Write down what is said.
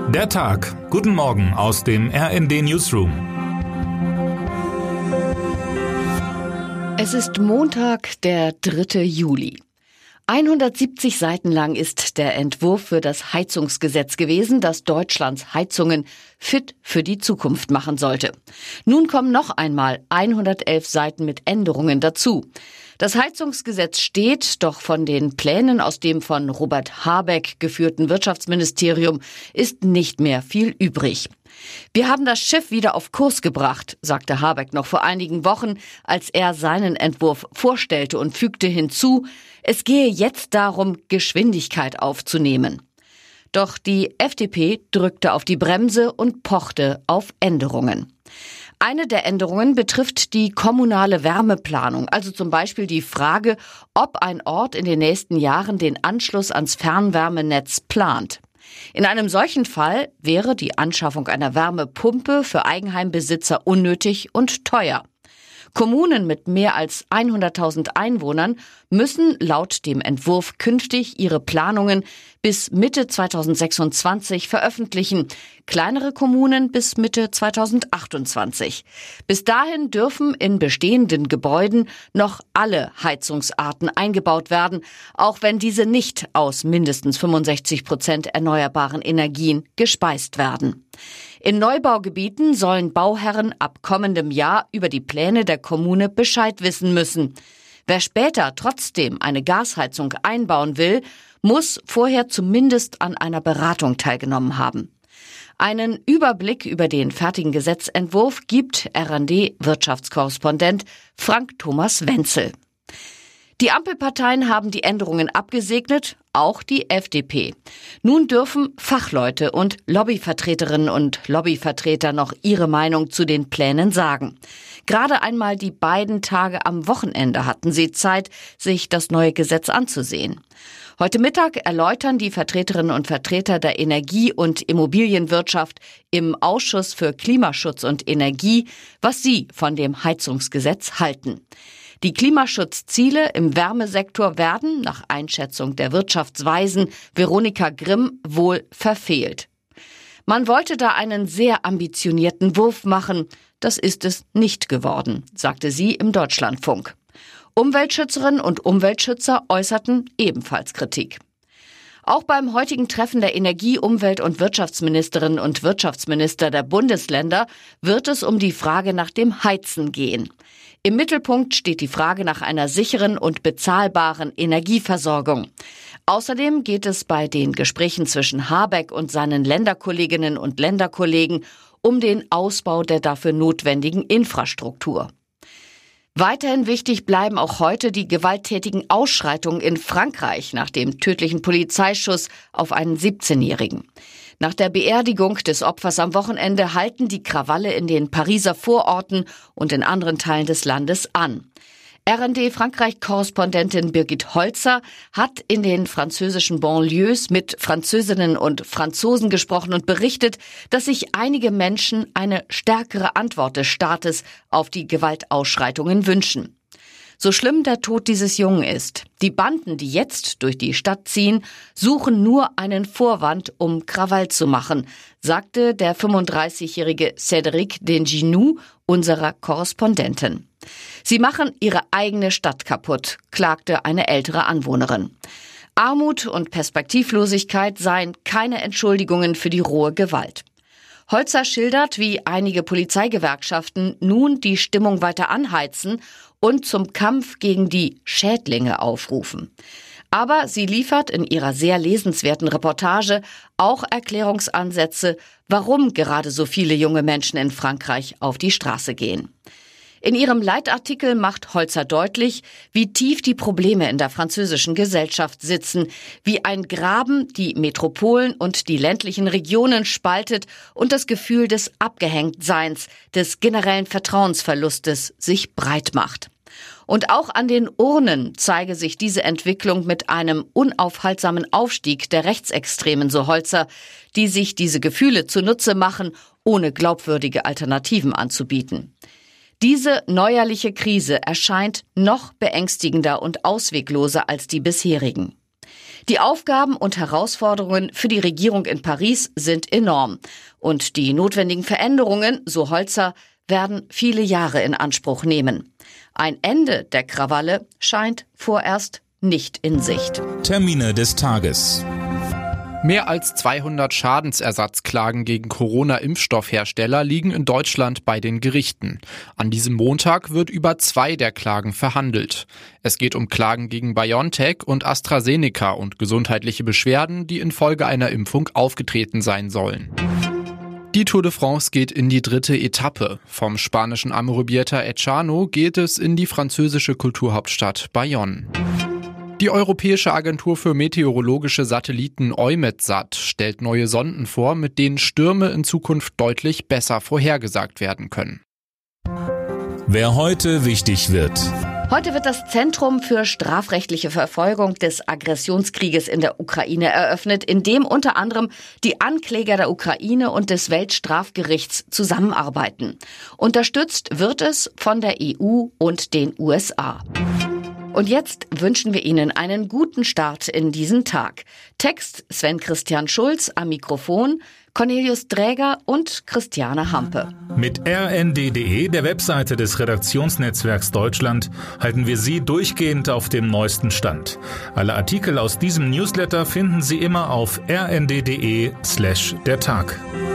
Der Tag. Guten Morgen aus dem RND Newsroom. Es ist Montag, der 3. Juli. 170 Seiten lang ist der Entwurf für das Heizungsgesetz gewesen, das Deutschlands Heizungen fit für die Zukunft machen sollte. Nun kommen noch einmal 111 Seiten mit Änderungen dazu. Das Heizungsgesetz steht, doch von den Plänen aus dem von Robert Habeck geführten Wirtschaftsministerium ist nicht mehr viel übrig. Wir haben das Schiff wieder auf Kurs gebracht, sagte Habeck noch vor einigen Wochen, als er seinen Entwurf vorstellte und fügte hinzu, es gehe jetzt darum, Geschwindigkeit aufzunehmen. Doch die FDP drückte auf die Bremse und pochte auf Änderungen. Eine der Änderungen betrifft die kommunale Wärmeplanung, also zum Beispiel die Frage, ob ein Ort in den nächsten Jahren den Anschluss ans Fernwärmenetz plant. In einem solchen Fall wäre die Anschaffung einer Wärmepumpe für Eigenheimbesitzer unnötig und teuer. Kommunen mit mehr als 100.000 Einwohnern müssen laut dem Entwurf künftig ihre Planungen bis Mitte 2026 veröffentlichen, kleinere Kommunen bis Mitte 2028. Bis dahin dürfen in bestehenden Gebäuden noch alle Heizungsarten eingebaut werden, auch wenn diese nicht aus mindestens 65% erneuerbaren Energien gespeist werden. In Neubaugebieten sollen Bauherren ab kommendem Jahr über die Pläne der Kommune Bescheid wissen müssen. Wer später trotzdem eine Gasheizung einbauen will, muss vorher zumindest an einer Beratung teilgenommen haben. Einen Überblick über den fertigen Gesetzentwurf gibt RND-Wirtschaftskorrespondent Frank Thomas Wenzel. Die Ampelparteien haben die Änderungen abgesegnet, auch die FDP. Nun dürfen Fachleute und Lobbyvertreterinnen und Lobbyvertreter noch ihre Meinung zu den Plänen sagen. Gerade einmal die beiden Tage am Wochenende hatten sie Zeit, sich das neue Gesetz anzusehen. Heute Mittag erläutern die Vertreterinnen und Vertreter der Energie- und Immobilienwirtschaft im Ausschuss für Klimaschutz und Energie, was sie von dem Heizungsgesetz halten. Die Klimaschutzziele im Wärmesektor werden, nach Einschätzung der Wirtschaftsweisen Veronika Grimm, wohl verfehlt. Man wollte da einen sehr ambitionierten Wurf machen. Das ist es nicht geworden, sagte sie im Deutschlandfunk. Umweltschützerinnen und Umweltschützer äußerten ebenfalls Kritik. Auch beim heutigen Treffen der Energie-, Umwelt- und Wirtschaftsministerinnen und Wirtschaftsminister der Bundesländer wird es um die Frage nach dem Heizen gehen. Im Mittelpunkt steht die Frage nach einer sicheren und bezahlbaren Energieversorgung. Außerdem geht es bei den Gesprächen zwischen Habeck und seinen Länderkolleginnen und Länderkollegen um den Ausbau der dafür notwendigen Infrastruktur. Weiterhin wichtig bleiben auch heute die gewalttätigen Ausschreitungen in Frankreich nach dem tödlichen Polizeischuss auf einen 17-Jährigen. Nach der Beerdigung des Opfers am Wochenende halten die Krawalle in den Pariser Vororten und in anderen Teilen des Landes an. RND-Frankreich-Korrespondentin Birgit Holzer hat in den französischen Banlieues mit Französinnen und Franzosen gesprochen und berichtet, dass sich einige Menschen eine stärkere Antwort des Staates auf die Gewaltausschreitungen wünschen. So schlimm der Tod dieses Jungen ist, die Banden, die jetzt durch die Stadt ziehen, suchen nur einen Vorwand, um Krawall zu machen, sagte der 35-jährige Cédric Denginou, unserer Korrespondentin. Sie machen ihre eigene Stadt kaputt, klagte eine ältere Anwohnerin. Armut und Perspektivlosigkeit seien keine Entschuldigungen für die rohe Gewalt. Holzer schildert, wie einige Polizeigewerkschaften nun die Stimmung weiter anheizen und zum Kampf gegen die Schädlinge aufrufen. Aber sie liefert in ihrer sehr lesenswerten Reportage auch Erklärungsansätze, warum gerade so viele junge Menschen in Frankreich auf die Straße gehen. In ihrem Leitartikel macht Holzer deutlich, wie tief die Probleme in der französischen Gesellschaft sitzen, wie ein Graben die Metropolen und die ländlichen Regionen spaltet und das Gefühl des Abgehängtseins, des generellen Vertrauensverlustes sich breit macht. Und auch an den Urnen zeige sich diese Entwicklung mit einem unaufhaltsamen Aufstieg der Rechtsextremen, so Holzer, die sich diese Gefühle zunutze machen, ohne glaubwürdige Alternativen anzubieten. Diese neuerliche Krise erscheint noch beängstigender und auswegloser als die bisherigen. Die Aufgaben und Herausforderungen für die Regierung in Paris sind enorm. Und die notwendigen Veränderungen, so Holzer, werden viele Jahre in Anspruch nehmen. Ein Ende der Krawalle scheint vorerst nicht in Sicht. Termine des Tages. Mehr als 200 Schadensersatzklagen gegen Corona-Impfstoffhersteller liegen in Deutschland bei den Gerichten. An diesem Montag wird über 2 der Klagen verhandelt. Es geht um Klagen gegen BioNTech und AstraZeneca und gesundheitliche Beschwerden, die infolge einer Impfung aufgetreten sein sollen. Die Tour de France geht in die 3. Etappe. Vom spanischen Amorebieta Etxano geht es in die französische Kulturhauptstadt Bayonne. Die Europäische Agentur für meteorologische Satelliten EUMETSAT stellt neue Sonden vor, mit denen Stürme in Zukunft deutlich besser vorhergesagt werden können. Wer heute wichtig wird. Heute wird das Zentrum für strafrechtliche Verfolgung des Aggressionskrieges in der Ukraine eröffnet, in dem unter anderem die Ankläger der Ukraine und des Weltstrafgerichts zusammenarbeiten. Unterstützt wird es von der EU und den USA. Und jetzt wünschen wir Ihnen einen guten Start in diesen Tag. Text Sven Christian Schulz, am Mikrofon Cornelius Dräger und Christiane Hampe. Mit rnd.de, der Webseite des Redaktionsnetzwerks Deutschland, halten wir Sie durchgehend auf dem neuesten Stand. Alle Artikel aus diesem Newsletter finden Sie immer auf rnd.de/der Tag.